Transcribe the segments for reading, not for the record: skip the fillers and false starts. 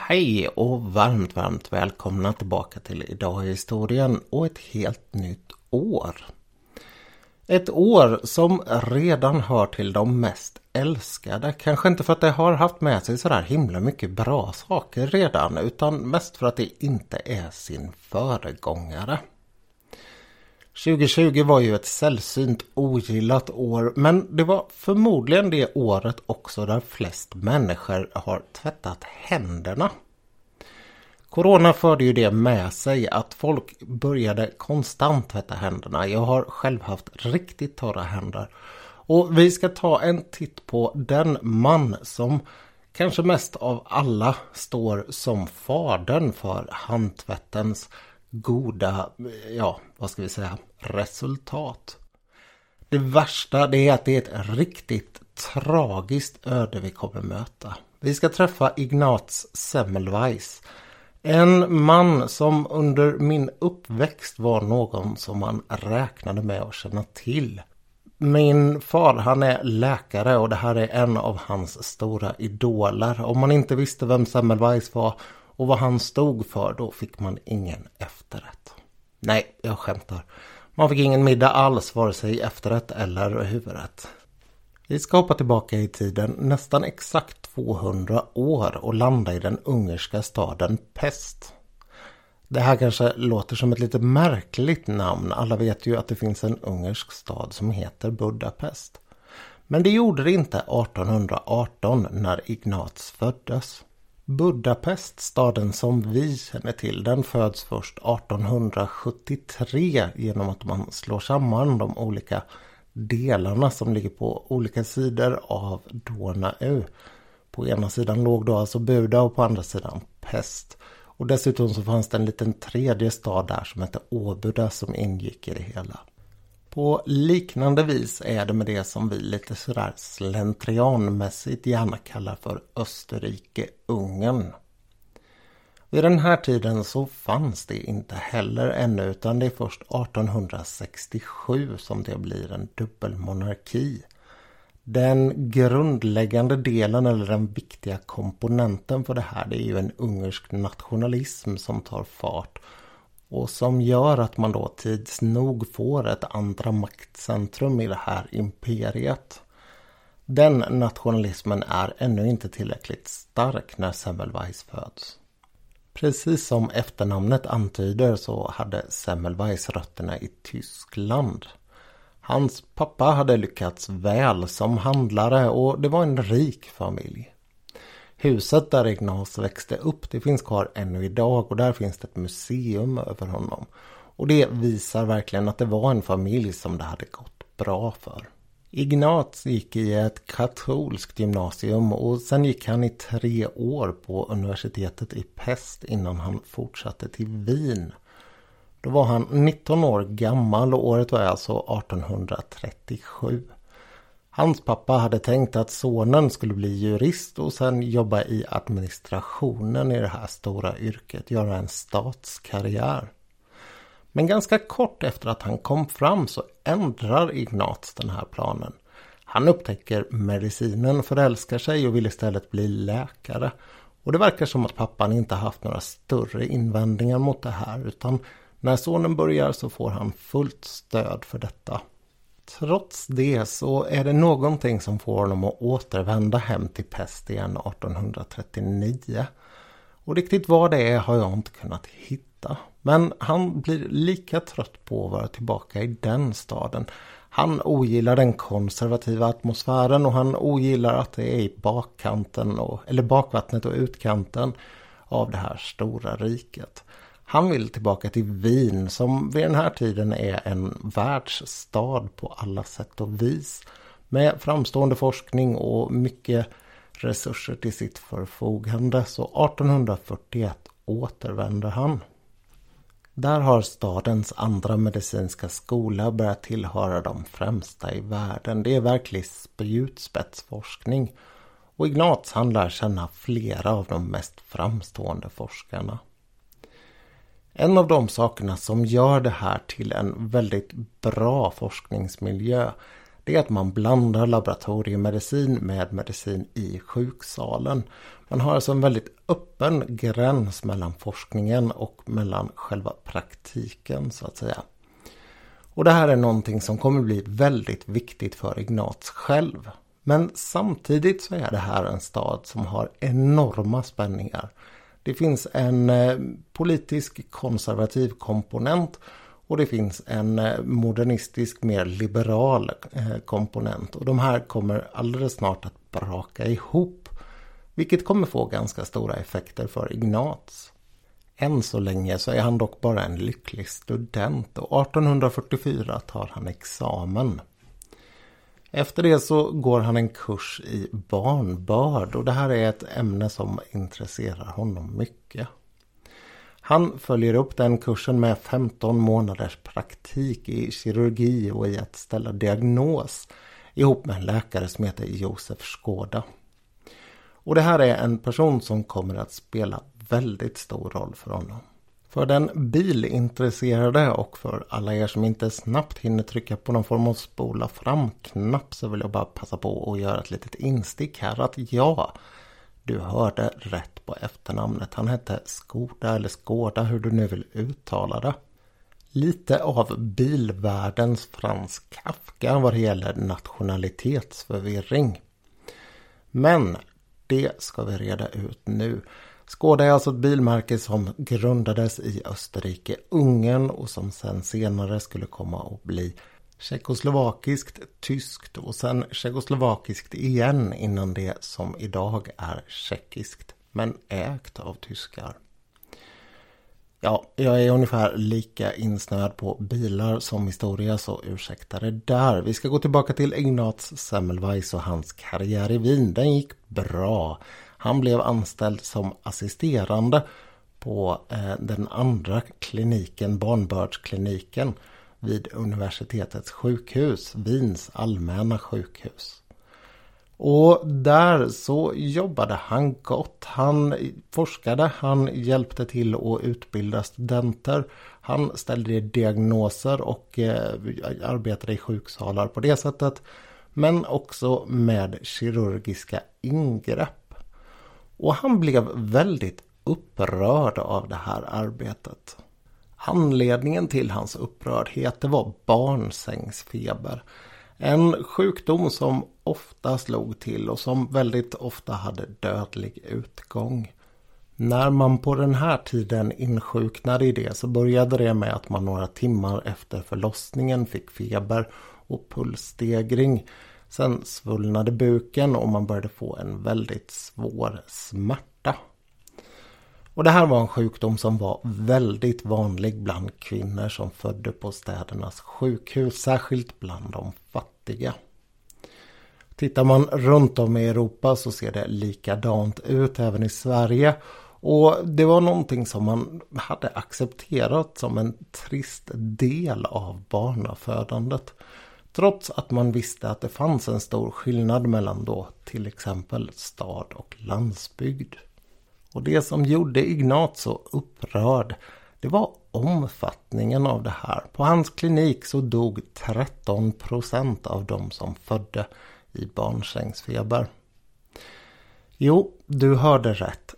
Hej och varmt välkomna tillbaka till Idag i historien och ett helt nytt år. Ett år som redan hör till de mest älskade. Kanske inte för att det har haft med sig sådär himla mycket bra saker redan, utan mest för att det inte är sin föregångare. 2020 var ju ett sällsynt ogillat år, men det var förmodligen det året också där flest människor har tvättat händerna. Corona förde ju det med sig att folk började konstant tvätta händerna. Jag har själv haft riktigt torra händer. Och vi ska ta en titt på den man som kanske mest av alla står som fadern för handtvättens goda, resultat. Det värsta det är att det är ett riktigt tragiskt öde vi kommer möta. Vi ska träffa Ignaz Semmelweis. En man som under min uppväxt var någon som man räknade med att känna till. Min far, han är läkare och det här är en av hans stora idoler. Om man inte visste vem Semmelweis var och vad han stod för, då fick man ingen efterrätt. Nej, jag skämtar. Man fick ingen middag alls, vare sig efterrätt eller huvudrätt. Vi ska hoppa tillbaka i tiden nästan exakt 200 år och landa i den ungerska staden Pest. Det här kanske låter som ett lite märkligt namn. Alla vet ju att det finns en ungersk stad som heter Budapest. Men det gjorde det inte 1818 när Ignaz föddes. Budapest, staden som vi känner till, den föds först 1873 genom att man slår samman de olika delarna som ligger på olika sidor av Donau. På ena sidan låg då alltså Buda och på andra sidan Pest. Och dessutom så fanns det en liten tredje stad där som hette Åbuda som ingick i det hela. På liknande vis är det med det som vi lite sådär slentrianmässigt gärna kallar för Österrike-Ungern. Vid den här tiden så fanns det inte heller ännu, utan det är först 1867 som det blir en dubbelmonarki. Den grundläggande delen eller den viktiga komponenten för det här, det är ju en ungersk nationalism som tar fart. Och som gör att man då tids nog får ett andra maktcentrum i det här imperiet. Den nationalismen är ännu inte tillräckligt stark när Semmelweis föds. Precis som efternamnet antyder så hade Semmelweis rötterna i Tyskland. Hans pappa hade lyckats väl som handlare och det var en rik familj. Huset där Ignaz växte upp, det finns kvar ännu idag och där finns det ett museum över honom. Och det visar verkligen att det var en familj som det hade gått bra för. Ignaz gick i ett katolskt gymnasium och sen gick han i 3 år på universitetet i Pest innan han fortsatte till Wien. Då var han 19 år gammal och året var alltså 1837. Hans pappa hade tänkt att sonen skulle bli jurist och sen jobba i administrationen i det här stora yrket, göra en statskarriär. Men ganska kort efter att han kom fram så ändrar Ignaz den här planen. Han upptäcker medicinen, förälskar sig och vill istället bli läkare. Och det verkar som att pappan inte haft några större invändningar mot det här, utan när sonen börjar så får han fullt stöd för detta. Trots det så är det någonting som får honom att återvända hem till Pest igen 1839. Och riktigt vad det är har jag inte kunnat hitta. Men han blir lika trött på att vara tillbaka i den staden. Han ogillar den konservativa atmosfären och han ogillar att det är i bakvattnet och utkanten av det här stora riket. Han vill tillbaka till Wien som vid den här tiden är en världsstad på alla sätt och vis. Med framstående forskning och mycket resurser till sitt förfogande. Så 1841 återvänder han. Där har stadens andra medicinska skola börjat tillhöra de främsta i världen. Det är verkligen spjutspetsforskning. Och Ignaz han lär känna flera av de mest framstående forskarna. En av de sakerna som gör det här till en väldigt bra forskningsmiljö, det är att man blandar laboratoriemedicin med medicin i sjuksalen. Man har alltså en väldigt öppen gräns mellan forskningen och mellan själva praktiken så att säga. Och det här är någonting som kommer bli väldigt viktigt för Ignaz själv. Men samtidigt så är det här en stad som har enorma spänningar. Det finns en politisk konservativ komponent och det finns en modernistisk mer liberal komponent. Och de här kommer alldeles snart att braka ihop. Vilket kommer få ganska stora effekter för Ignaz. Än så länge så är han dock bara en lycklig student och 1844 tar han examen. Efter det så går han en kurs i barnbörd och det här är ett ämne som intresserar honom mycket. Han följer upp den kursen med 15 månaders praktik i kirurgi och i att ställa diagnos ihop med en läkare som heter Josef Skåda. Och det här är en person som kommer att spela väldigt stor roll för honom. För den bilintresserade och för alla er som inte snabbt hinner trycka på någon form av spola fram-knapp så vill jag bara passa på att göra ett litet instick här att ja, du hörde rätt på efternamnet. Han hette Skåda eller Skåda, hur du nu vill uttala det. Lite av bilvärldens Frans Kafka vad det gäller nationalitetsförvirring. Men det ska vi reda ut nu. Skåda är alltså ett bilmärke som grundades i Österrike-Ungern och som sen senare skulle komma att bli tjeckoslovakiskt, tyskt och sen tjeckoslovakiskt igen innan det som idag är tjeckiskt men ägt av tyskar. Ja, jag är ungefär lika insnöad på bilar som historia så ursäkta det där. Vi ska gå tillbaka till Ignaz Semmelweis och hans karriär i Wien. Den gick bra. Han blev anställd som assisterande på den andra kliniken, barnbördskliniken vid universitetets sjukhus, Wiens allmänna sjukhus. Och där så jobbade han gott. Han forskade, han hjälpte till att utbilda studenter. Han ställde diagnoser och arbetade i sjuksalar på det sättet. Men också med kirurgiska ingrepp. Och han blev väldigt upprörd av det här arbetet. Anledningen till hans upprördhet var barnsängsfeber. En sjukdom som ofta slog till och som väldigt ofta hade dödlig utgång. När man på den här tiden insjuknade i det så började det med att man några timmar efter förlossningen fick feber och pulsstegring. Sen svullnade buken och man började få en väldigt svår smärta. Och det här var en sjukdom som var väldigt vanlig bland kvinnor som födde på städernas sjukhus, särskilt bland de fattiga. Tittar man runt om i Europa så ser det likadant ut även i Sverige. Och det var någonting som man hade accepterat som en trist del av barnafödandet. Trots att man visste att det fanns en stor skillnad mellan då till exempel stad och landsbygd. Och det som gjorde Ignaz så upprörd, det var omfattningen av det här. På hans klinik så dog 13% av de som födde i barnsängsfeber. Jo, du hörde rätt.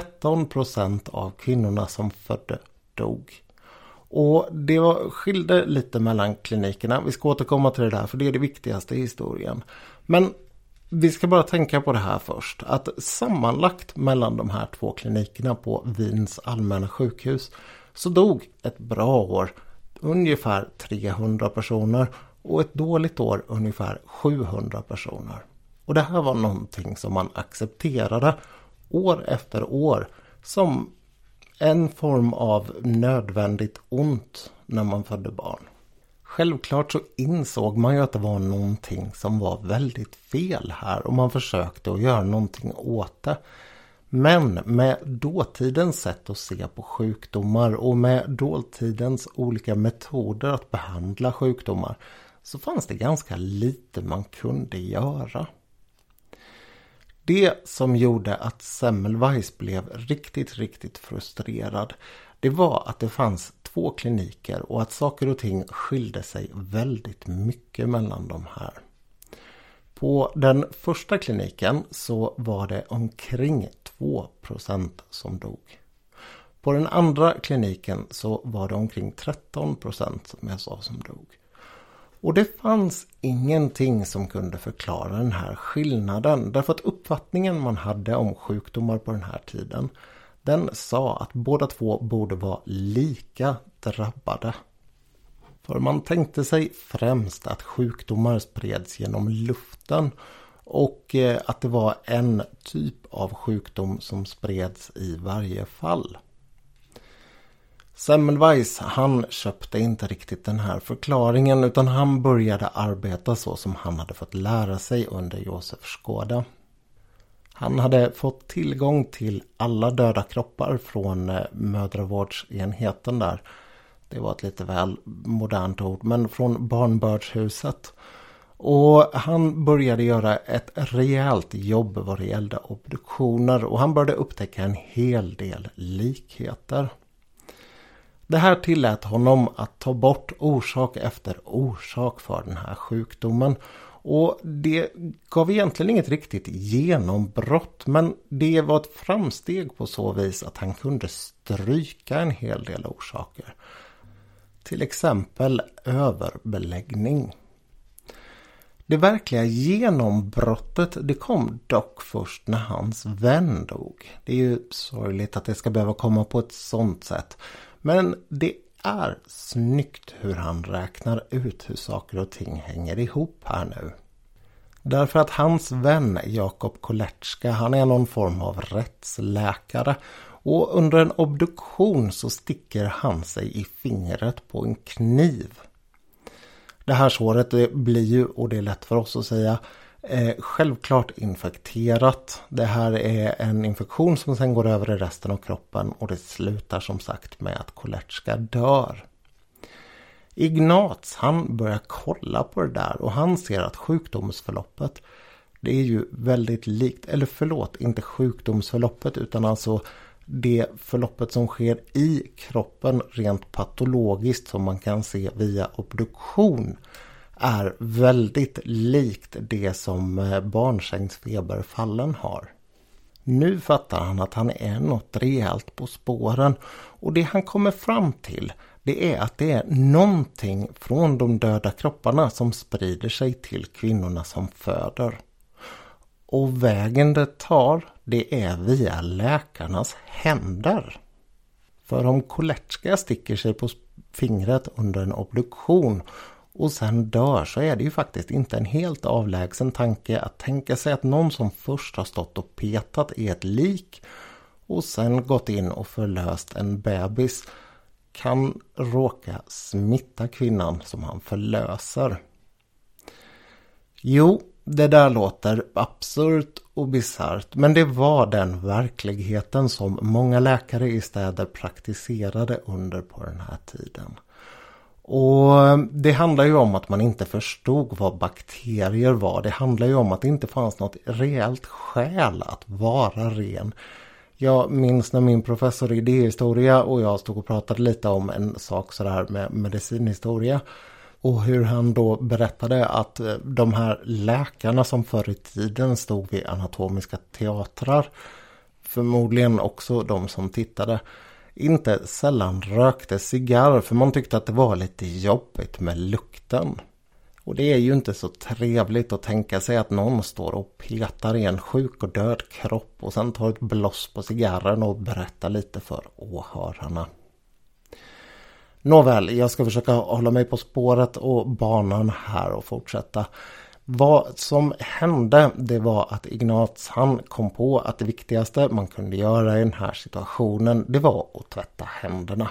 13% av kvinnorna som födde dog. Och det skilde lite mellan klinikerna. Vi ska återkomma till det där för det är det viktigaste i historien. Men vi ska bara tänka på det här först. Att sammanlagt mellan de här två klinikerna på Wiens allmänna sjukhus så dog ett bra år ungefär 300 personer och ett dåligt år ungefär 700 personer. Och det här var någonting som man accepterade år efter år som en form av nödvändigt ont när man födde barn. Självklart så insåg man ju att det var någonting som var väldigt fel här och man försökte att göra någonting åt det. Men med dåtidens sätt att se på sjukdomar och med dåtidens olika metoder att behandla sjukdomar så fanns det ganska lite man kunde göra. Det som gjorde att Semmelweis blev riktigt frustrerad, det var att det fanns 2 kliniker och att saker och ting skilde sig väldigt mycket mellan de här. På den första kliniken så var det omkring 2% som dog. På den andra kliniken så var det omkring 13% som jag sa som dog. Och det fanns ingenting som kunde förklara den här skillnaden. Därför att uppfattningen man hade om sjukdomar på den här tiden, den sa att båda två borde vara lika drabbade. För man tänkte sig främst att sjukdomar spreds genom luften och att det var en typ av sjukdom som spreds i varje fall. Semmelweis, han köpte inte riktigt den här förklaringen utan han började arbeta så som han hade fått lära sig under Josef Škoda. Han hade fått tillgång till alla döda kroppar från mödravårdsenheten där. Det var ett lite väl modernt ord, men från barnbördshuset. Och han började göra ett rejält jobb vad det gällde obduktioner och han började upptäcka en hel del likheter. Det här tillät honom att ta bort orsak efter orsak för den här sjukdomen. Och det gav egentligen inget riktigt genombrott, men det var ett framsteg på så vis att han kunde stryka en hel del orsaker. Till exempel överbeläggning. Det verkliga genombrottet det kom dock först när hans vän dog. Det är ju sorgligt att det ska behöva komma på ett sånt sätt. Men det är snyggt hur han räknar ut hur saker och ting hänger ihop här nu. Därför att hans vän Jakob Kolecka, han är någon form av rättsläkare. Och under en obduktion så sticker han sig i fingret på en kniv. Det här såret det blir ju, och det är lätt för oss att säga, självklart infekterat. Det här är en infektion som sen går över i resten av kroppen och det slutar som sagt med att Kolecka dör. Ignaz, han börjar kolla på det där och han ser att sjukdomsförloppet det är ju väldigt likt, eller förlåt, inte sjukdomsförloppet utan alltså det förloppet som sker i kroppen rent patologiskt som man kan se via obduktion är väldigt likt det som barnsängsfeberfallen har. Nu fattar han att han är något rejält på spåren och det han kommer fram till det är att det är någonting från de döda kropparna som sprider sig till kvinnorna som föder. Och vägen det tar det är via läkarnas händer. För om Kolecka sticker sig på fingret under en obduktion och sen dör så är det ju faktiskt inte en helt avlägsen tanke att tänka sig att någon som först har stått och petat i ett lik och sen gått in och förlöst en bebis kan råka smitta kvinnan som han förlöser. Jo, det där låter absurt och bisarrt, men det var den verkligheten som många läkare i städer praktiserade under på den här tiden. Och det handlar ju om att man inte förstod vad bakterier var. Det handlar ju om att det inte fanns något reellt skäl att vara ren. Jag minns när min professor i idéhistoria och jag stod och pratade lite om en sak sådär med medicinhistoria. Och hur han då berättade att de här läkarna som förr i tiden stod vid anatomiska teatrar, förmodligen också de som tittade, inte sällan rökte cigarr för man tyckte att det var lite jobbigt med lukten. Och det är ju inte så trevligt att tänka sig att någon står och petar i en sjuk och död kropp och sen tar ett bloss på cigarren och berättar lite för åhörarna. Nåväl, jag ska försöka hålla mig på spåret och banan här och fortsätta. Vad som hände det var att Ignaz han kom på att det viktigaste man kunde göra i den här situationen det var att tvätta händerna.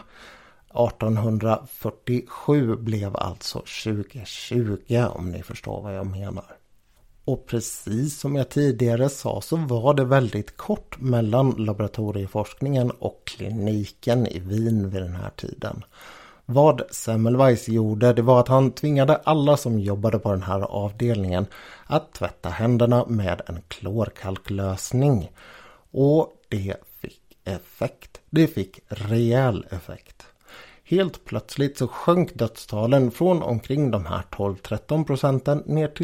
1847 blev alltså 2020 om ni förstår vad jag menar. Och precis som jag tidigare sa så var det väldigt kort mellan laboratorieforskningen och kliniken i Wien vid den här tiden. Vad Semmelweis gjorde det var att han tvingade alla som jobbade på den här avdelningen att tvätta händerna med en klorkalklösning. Och det fick effekt. Det fick rejäl effekt. Helt plötsligt så sjönk dödstalen från omkring de här 12-13% ner till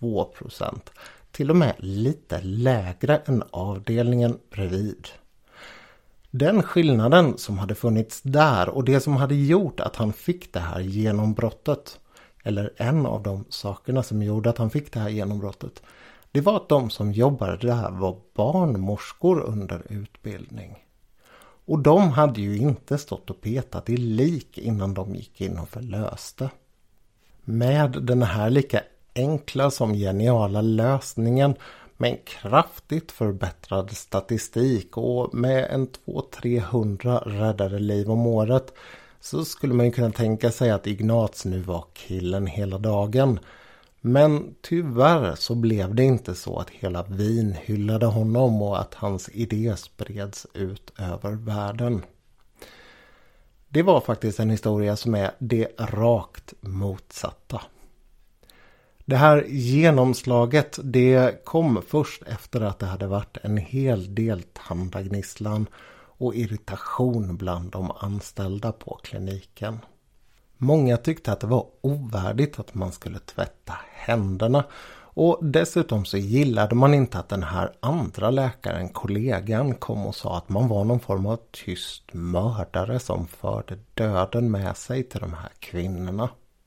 2%. Till och med lite lägre än avdelningen bredvid. Den skillnaden som hade funnits där och det som hade gjort att han fick det här genombrottet, eller en av de sakerna som gjorde att han fick det här genombrottet, det var att de som jobbade där var barnmorskor under utbildning. Och de hade ju inte stått och petat i lik innan de gick in och förlöste. Med den här lika enkla som geniala lösningen med en kraftigt förbättrad statistik och med en 200-300 räddade liv om året så skulle man ju kunna tänka sig att Ignaz nu var killen hela dagen. Men tyvärr så blev det inte så att hela Wien hyllade honom och att hans idé spreds ut över världen. Det var faktiskt en historia som är det rakt motsatta. Det här genomslaget det kom först efter att det hade varit en hel del tandagnisslan och irritation bland de anställda på kliniken. Många tyckte att det var ovärdigt att man skulle tvätta händerna och dessutom så gillade man inte att den här andra läkaren, kollegan, kom och sa att man var någon form av tyst mördare som förde döden med sig till de här kvinnorna.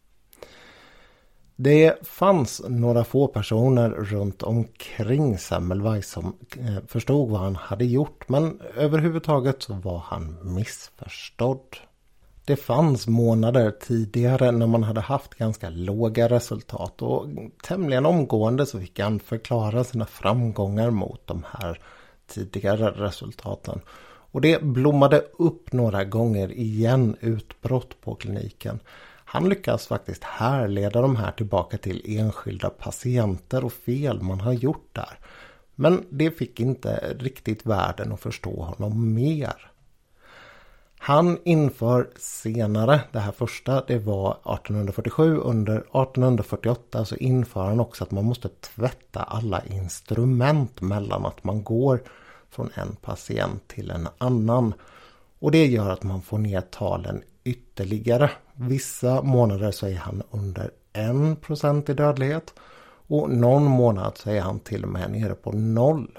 Det fanns några få personer runt omkring Semmelweis som förstod vad han hade gjort, men överhuvudtaget så var han missförstådd. Det fanns månader tidigare när man hade haft ganska låga resultat och tämligen omgående så fick han förklara sina framgångar mot de här tidigare resultaten. Och det blommade upp några gånger igen utbrott på kliniken. Han lyckas faktiskt härleda de här tillbaka till enskilda patienter och fel man har gjort där. Men det fick inte riktigt världen att förstå honom mer. Han inför senare, det här första det var 1847, under 1848 så inför han också att man måste tvätta alla instrument mellan att man går från en patient till en annan. Och det gör att man får ner talen ytterligare. Vissa månader så är han under 1% i dödlighet och någon månad så är han till och med nere på 0.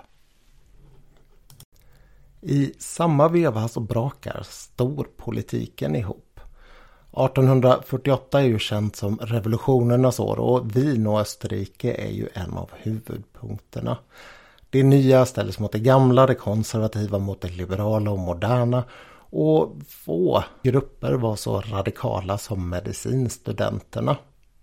I samma veva så brakar storpolitiken ihop. 1848 är ju känt som revolutionernas år och Wien och Österrike är ju en av huvudpunkterna. Det nya ställs mot det gamla, det konservativa mot det liberala och moderna. Och få grupper var så radikala som medicinstudenterna.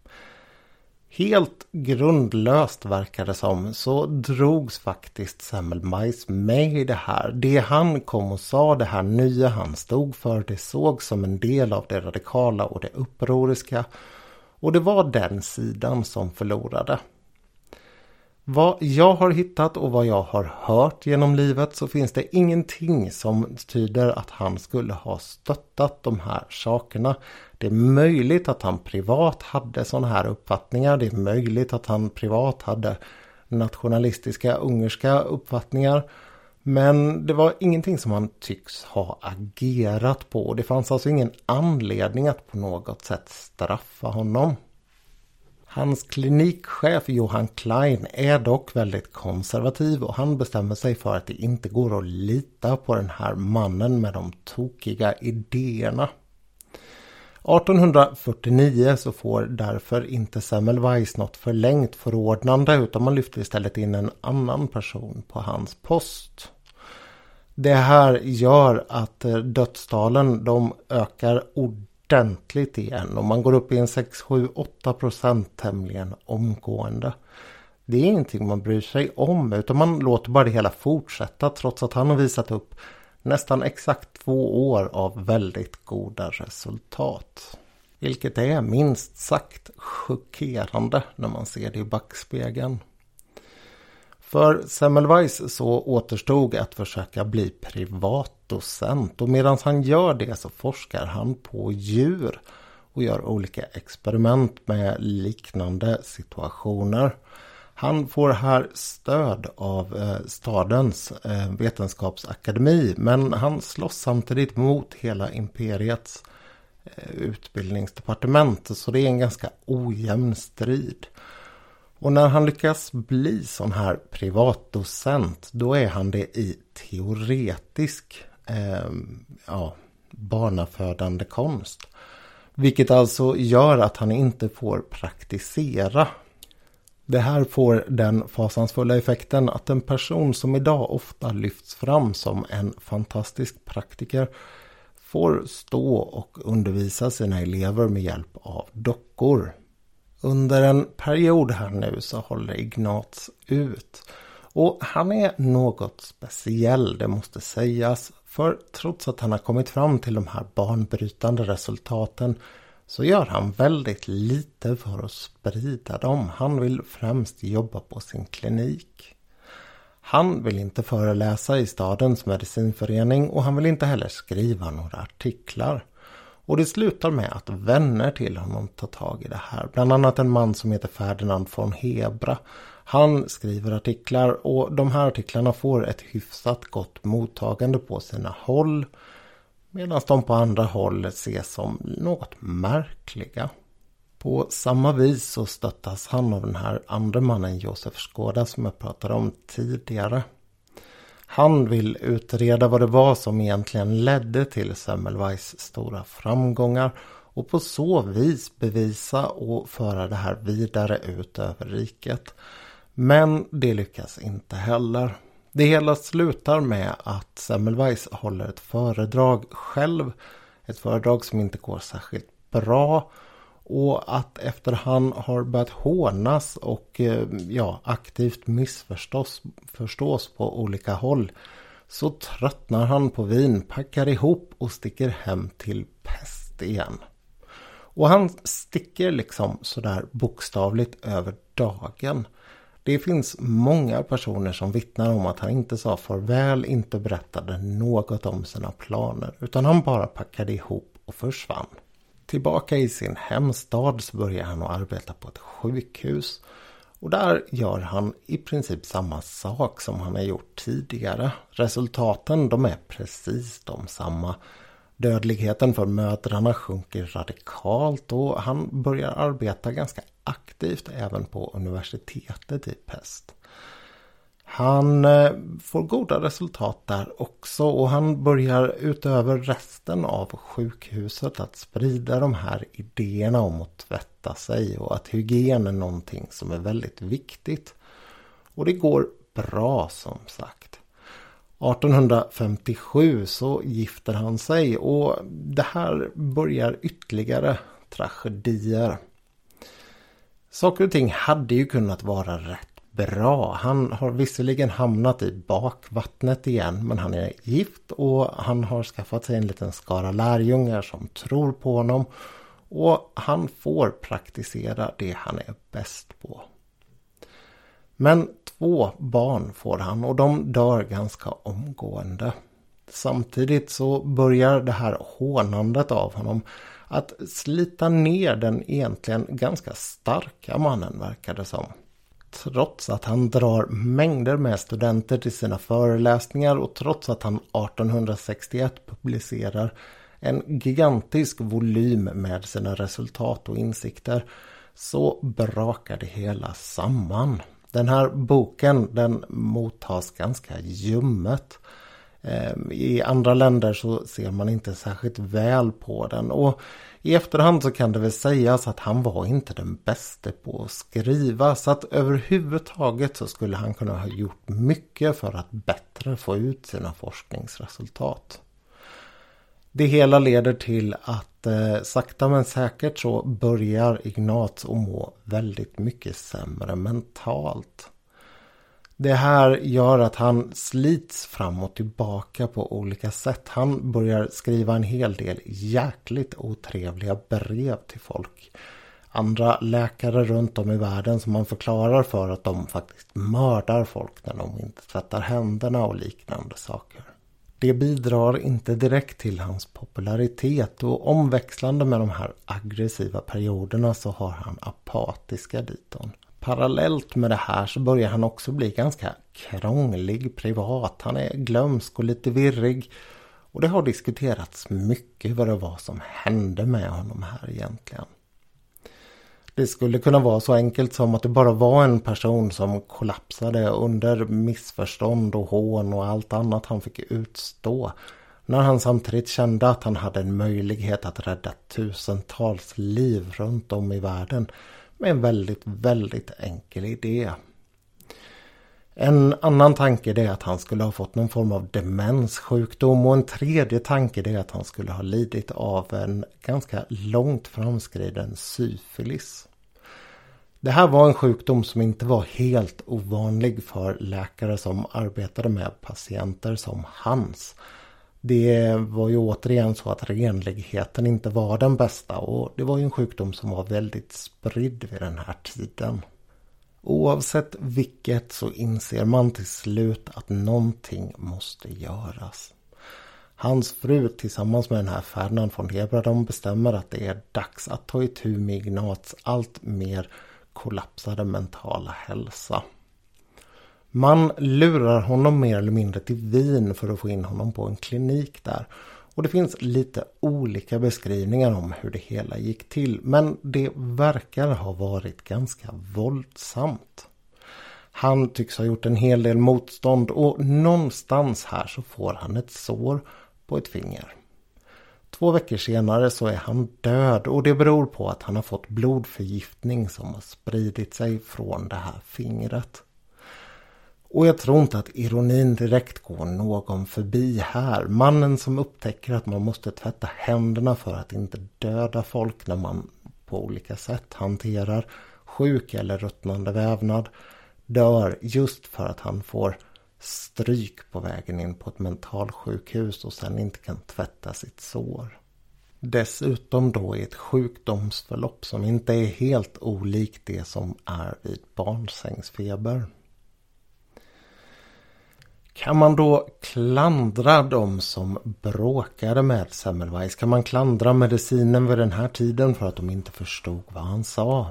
Helt grundlöst verkar det som så drogs faktiskt Semmelweis med i det här. Det han kom och sa, det här nya han stod för, det såg som en del av det radikala och det upproriska. Och det var den sidan som förlorade. Vad jag har hittat och vad jag har hört genom livet så finns det ingenting som tyder att han skulle ha stöttat de här sakerna. Det är möjligt att han privat hade sådana här uppfattningar. Det är möjligt att han privat hade nationalistiska ungerska uppfattningar. Men det var ingenting som han tycks ha agerat på. Det fanns alltså ingen anledning att på något sätt straffa honom. Hans klinikchef Johann Klein är dock väldigt konservativ och han bestämmer sig för att det inte går att lita på den här mannen med de tokiga idéerna. 1849 så får därför inte Semmelweis något förlängt förordnande utan man lyfter istället in en annan person på hans post. Det här gör att dödstalen de ökar ordentligt igen och man går upp i en 6-7-8% tämligen omgående. Det är ingenting man bryr sig om utan man låter bara det hela fortsätta trots att han har visat upp nästan exakt 2 år av väldigt goda resultat. Vilket är minst sagt chockerande när man ser det i backspegeln. För Semmelweis så återstod att försöka bli privatdocent och medan han gör det så forskar han på djur och gör olika experiment med liknande situationer. Han får här stöd av stadens vetenskapsakademi men han slåss samtidigt mot hela imperiets utbildningsdepartement så det är en ganska ojämn strid. Och när han lyckas bli sån här privatdocent, då är han det i teoretisk barnafödande konst. Vilket alltså gör att han inte får praktisera. Det här får den fasansfulla effekten att en person som idag ofta lyfts fram som en fantastisk praktiker får stå och undervisa sina elever med hjälp av dockor. Under en period här nu så håller Ignaz ut. Och han är något speciell, det måste sägas. För trots att han har kommit fram till de här banbrytande resultaten så gör han väldigt lite för att sprida dem. Han vill främst jobba på sin klinik. Han vill inte föreläsa i stadens medicinförening och han vill inte heller skriva några artiklar. Och det slutar med att vänner till honom tar tag i det här. Bland annat en man som heter Ferdinand von Hebra. Han skriver artiklar och de här artiklarna får ett hyfsat gott mottagande på sina håll. Medan de på andra håll ses som något märkliga. På samma vis så stöttas han av den här andra mannen Josef Škoda som jag pratade om tidigare. Han vill utreda vad det var som egentligen ledde till Semmelweis stora framgångar och på så vis bevisa och föra det här vidare ut över riket. Men det lyckas inte heller. Det hela slutar med att Semmelweis håller ett föredrag själv. Ett föredrag som inte går särskilt bra. Och att efter han har börjat hånas och aktivt missförstås på olika håll så tröttnar han på vin, packar ihop och sticker hem till Pest igen. Och han sticker liksom sådär bokstavligt över dagen. Det finns många personer som vittnar om att han inte sa farväl, inte berättade något om sina planer utan han bara packade ihop och försvann. Tillbaka i sin hemstad så börjar han att arbeta på ett sjukhus och där gör han i princip samma sak som han har gjort tidigare. Resultaten de är precis de samma. Dödligheten för mödrarna sjunker radikalt och han börjar arbeta ganska aktivt även på universitetet i Pest. Han får goda resultat där också och han börjar utöver resten av sjukhuset att sprida de här idéerna om att tvätta sig och att hygien är någonting som är väldigt viktigt. Och det går bra som sagt. 1857 så gifter han sig och det här börjar ytterligare tragedier. Saker och ting hade ju kunnat vara rätt bra. Han har visserligen hamnat i bakvattnet igen men han är gift och han har skaffat sig en liten skara lärjungar som tror på honom och han får praktisera det han är bäst på. Men 2 barn får han och de dör ganska omgående. Samtidigt så börjar det här hånandet av honom att slita ner den egentligen ganska starka mannen verkar det som. Trots att han drar mängder med studenter till sina föreläsningar och trots att han 1861 publicerar en gigantisk volym med sina resultat och insikter så brakar det hela samman. Den här boken den mottas ganska ljummet. I andra länder så ser man inte särskilt väl på den och i efterhand så kan det väl sägas att han var inte den bästa på att skriva så att överhuvudtaget så skulle han kunna ha gjort mycket för att bättre få ut sina forskningsresultat. Det hela leder till att sakta men säkert så börjar Ignaz att må väldigt mycket sämre mentalt. Det här gör att han slits fram och tillbaka på olika sätt. Han börjar skriva en hel del jäkligt otrevliga brev till folk. Andra läkare runt om i världen som man förklarar för att de faktiskt mördar folk när de inte tvättar händerna och liknande saker. Det bidrar inte direkt till hans popularitet och omväxlande med de här aggressiva perioderna så har han apatiska diton. Parallellt med det här så börjar han också bli ganska krånglig privat. Han är glömsk och lite virrig. Och det har diskuterats mycket vad det var som hände med honom här egentligen. Det skulle kunna vara så enkelt som att det bara var en person som kollapsade under missförstånd och hån och allt annat han fick utstå. När han samtidigt kände att han hade en möjlighet att rädda tusentals liv runt om i världen med en väldigt, väldigt enkel idé. En annan tanke är att han skulle ha fått någon form av demenssjukdom, och en tredje tanke är att han skulle ha lidit av en ganska långt framskriden syfilis. Det här var en sjukdom som inte var helt ovanlig för läkare som arbetade med patienter som hans. Det var ju återigen så att renligheten inte var den bästa, och det var ju en sjukdom som var väldigt spridd vid den här tiden. Oavsett vilket så inser man till slut att någonting måste göras. Hans fru tillsammans med den här Ferdinand von Hebra, de bestämmer att det är dags att ta itu med Ignaz allt mer kollapsade mentala hälsa. Man lurar honom mer eller mindre till Wien för att få in honom på en klinik där. Och det finns lite olika beskrivningar om hur det hela gick till, men det verkar ha varit ganska våldsamt. Han tycks ha gjort en hel del motstånd, och någonstans här så får han ett sår på ett finger. 2 veckor senare så är han död, och det beror på att han har fått blodförgiftning som har spridit sig från det här fingret. Och jag tror inte att ironin direkt går någon förbi här. Mannen som upptäcker att man måste tvätta händerna för att inte döda folk när man på olika sätt hanterar sjuk eller ruttnande vävnad, dör just för att han får stryk på vägen in på ett mentalsjukhus och sen inte kan tvätta sitt sår. Dessutom då i ett sjukdomsförlopp som inte är helt olikt det som är vid barnsängsfeber. Kan man då klandra de som bråkade med Semmelweis? Kan man klandra medicinen vid den här tiden för att de inte förstod vad han sa?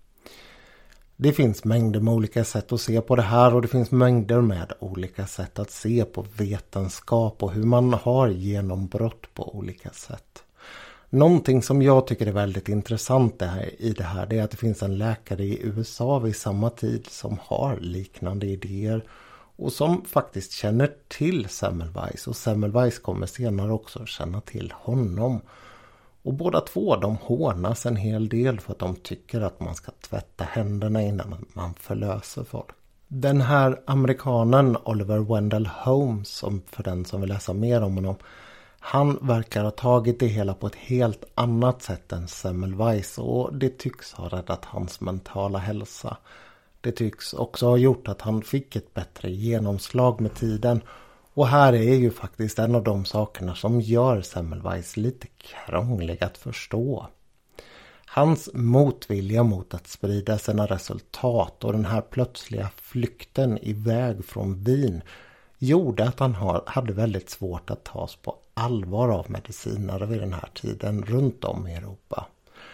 Det finns mängder med olika sätt att se på det här, och det finns mängder med olika sätt att se på vetenskap och hur man har genombrott på olika sätt. Någonting som jag tycker är väldigt intressant i det här är att det finns en läkare i USA vid samma tid som har liknande idéer och som faktiskt känner till Semmelweis, och Semmelweis kommer senare också känna till honom. Och båda två de hånas en hel del för att de tycker att man ska tvätta händerna innan man förlöser folk. Den här amerikanen Oliver Wendell Holmes, som för den som vill läsa mer om honom, han verkar ha tagit det hela på ett helt annat sätt än Semmelweis, och det tycks ha räddat hans mentala hälsa. Det tycks också ha gjort att han fick ett bättre genomslag med tiden. Och här är ju faktiskt en av de sakerna som gör Semmelweis lite krånglig att förstå. Hans motvilja mot att sprida sina resultat och den här plötsliga flykten iväg från Wien gjorde att han hade väldigt svårt att tas på allvar av medicinare vid den här tiden runt om i Europa.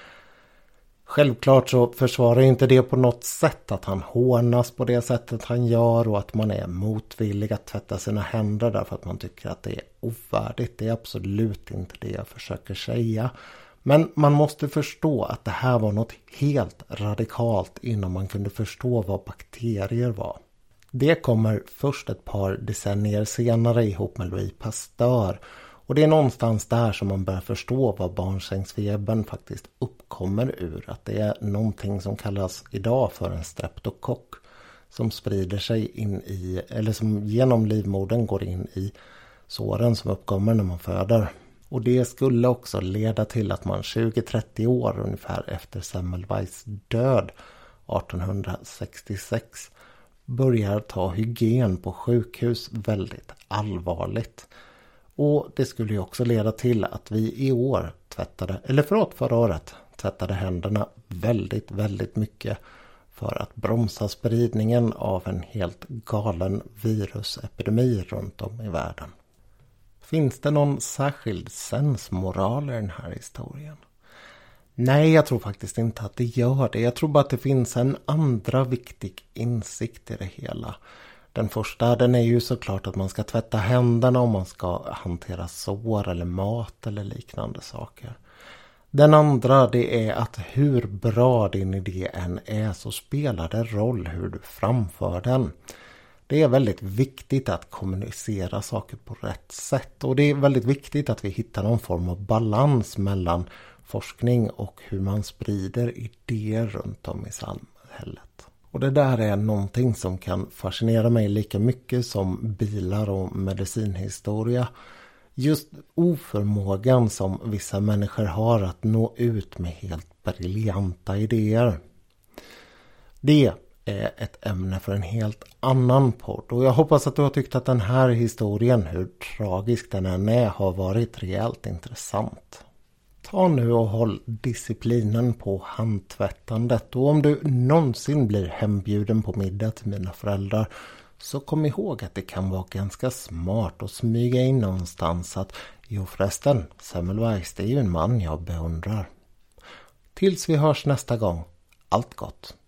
Självklart så försvarar inte det på något sätt att han hånas på det sättet han gör och att man är motvillig att tvätta sina händer därför att man tycker att det är ovärdigt. Det är absolut inte det jag försöker säga. Men man måste förstå att det här var något helt radikalt innan man kunde förstå vad bakterier var. Det kommer först ett par decennier senare ihop med Louis Pasteur. Och det är någonstans där som man börjar förstå vad barnsängsfebern faktiskt uppkommer ur. Att det är någonting som kallas idag för en streptokock som sprider sig in i, eller som genom livmodern går in i såren som uppkommer när man föder. Och det skulle också leda till att man 20-30 år ungefär efter Semmelweis död 1866 börjar ta hygien på sjukhus väldigt allvarligt. Och det skulle ju också leda till att vi i år förra året tvättade händerna väldigt, väldigt mycket för att bromsa spridningen av en helt galen virusepidemi runt om i världen. Finns det någon särskild sensmoral i den här historien? Nej, jag tror faktiskt inte att det gör det. Jag tror bara att det finns en andra viktig insikt i det hela. Den första, den är ju såklart att man ska tvätta händerna om man ska hantera sår eller mat eller liknande saker. Den andra, det är att hur bra din idé än är så spelar det roll hur du framför den. Det är väldigt viktigt att kommunicera saker på rätt sätt, och det är väldigt viktigt att vi hittar någon form av balans mellan forskning och hur man sprider idéer runt om i samhället. Och det där är någonting som kan fascinera mig lika mycket som bilar och medicinhistoria. Just oförmågan som vissa människor har att nå ut med helt briljanta idéer. Det är ett ämne för en helt annan podd, och jag hoppas att du har tyckt att den här historien, hur tragisk den än är, har varit rejält intressant. Ta nu och håll disciplinen på handtvättandet, och om du någonsin blir hembjuden på middag till mina föräldrar, så kom ihåg att det kan vara ganska smart att smyga in någonstans att jo förresten, Semmelweis, det är ju en man jag beundrar. Tills vi hörs nästa gång, allt gott!